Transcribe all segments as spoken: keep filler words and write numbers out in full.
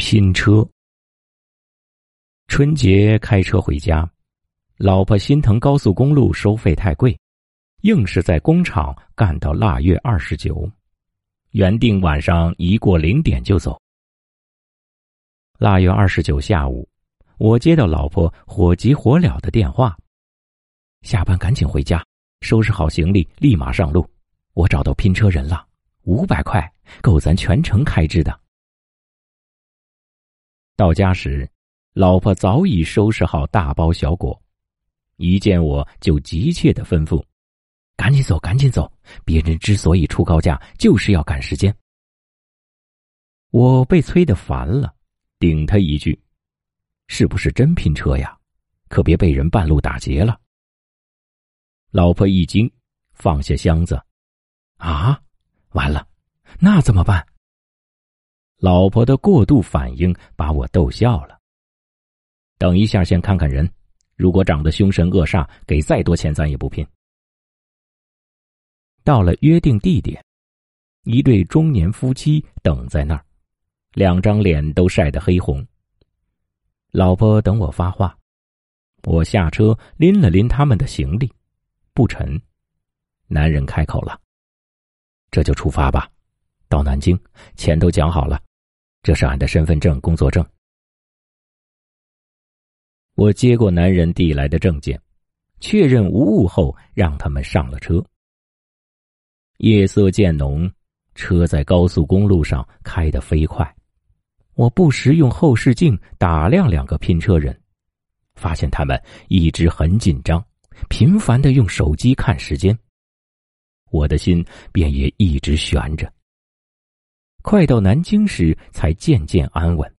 拼车。春节开车回家，老婆心疼高速公路收费太贵，硬是在工厂干到腊月二十九，原定晚上一过零点就走。腊月二十九下午，我接到老婆火急火燎的电话，下班赶紧回家，收拾好行李立马上路，我找到拼车人了，五百块够咱全程开支的。到家时，老婆早已收拾好大包小裹，一见我就急切地吩咐：赶紧走，赶紧走！别人之所以出高价，就是要赶时间。我被催得烦了，顶他一句：是不是真拼车呀？可别被人半路打劫了。老婆一惊，放下箱子：啊，完了，那怎么办？老婆的过度反应把我逗笑了。等一下，先看看人，如果长得凶神恶煞，给再多钱咱也不拼。到了约定地点，一对中年夫妻等在那儿，两张脸都晒得黑红。老婆等我发话，我下车拎了拎他们的行李，不沉。男人开口了：这就出发吧，到南京，钱都讲好了，这是俺的身份证、工作证。我接过男人递来的证件，确认无误后，让他们上了车。夜色渐浓，车在高速公路上开得飞快。我不时用后视镜打量两个拼车人，发现他们一直很紧张，频繁地用手机看时间。我的心便也一直悬着。快到南京时，才渐渐安稳。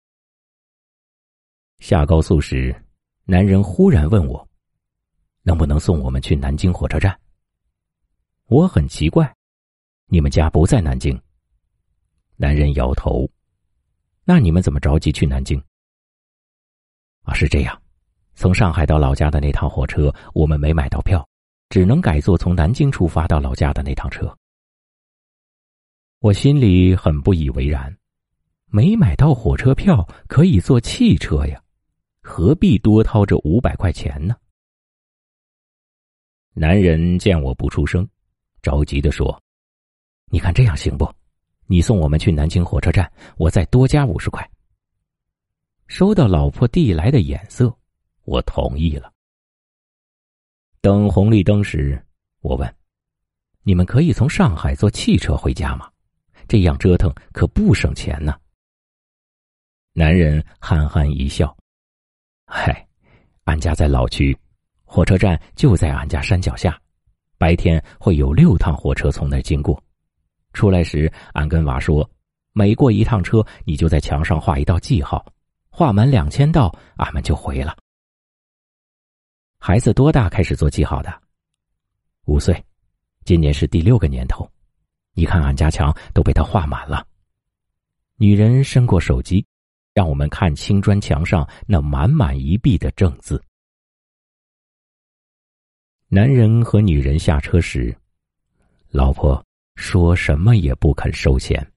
下高速时，男人忽然问我，能不能送我们去南京火车站？我很奇怪，你们家不在南京。男人摇头，那你们怎么着急去南京？啊，是这样，从上海到老家的那趟火车我们没买到票，只能改坐从南京出发到老家的那趟车。我心里很不以为然，没买到火车票可以坐汽车呀，何必多掏这五百块钱呢？男人见我不出声，着急地说：你看这样行不？你送我们去南京火车站，我再多加五十块。收到老婆递来的眼色，我同意了。等红绿灯时，我问：你们可以从上海坐汽车回家吗？这样折腾可不省钱呢。男人憨憨一笑：嗨，俺家在老区，火车站就在俺家山脚下，白天会有六趟火车从那儿经过。出来时，俺跟娃说，每过一趟车，你就在墙上画一道记号，画满两千道，俺们就回了。孩子多大开始做记号的？五岁，今年是第六个年头。你看俺家墙都被他画满了。女人伸过手机，让我们看青砖墙上那满满一壁的正字。男人和女人下车时，老婆说什么也不肯收钱。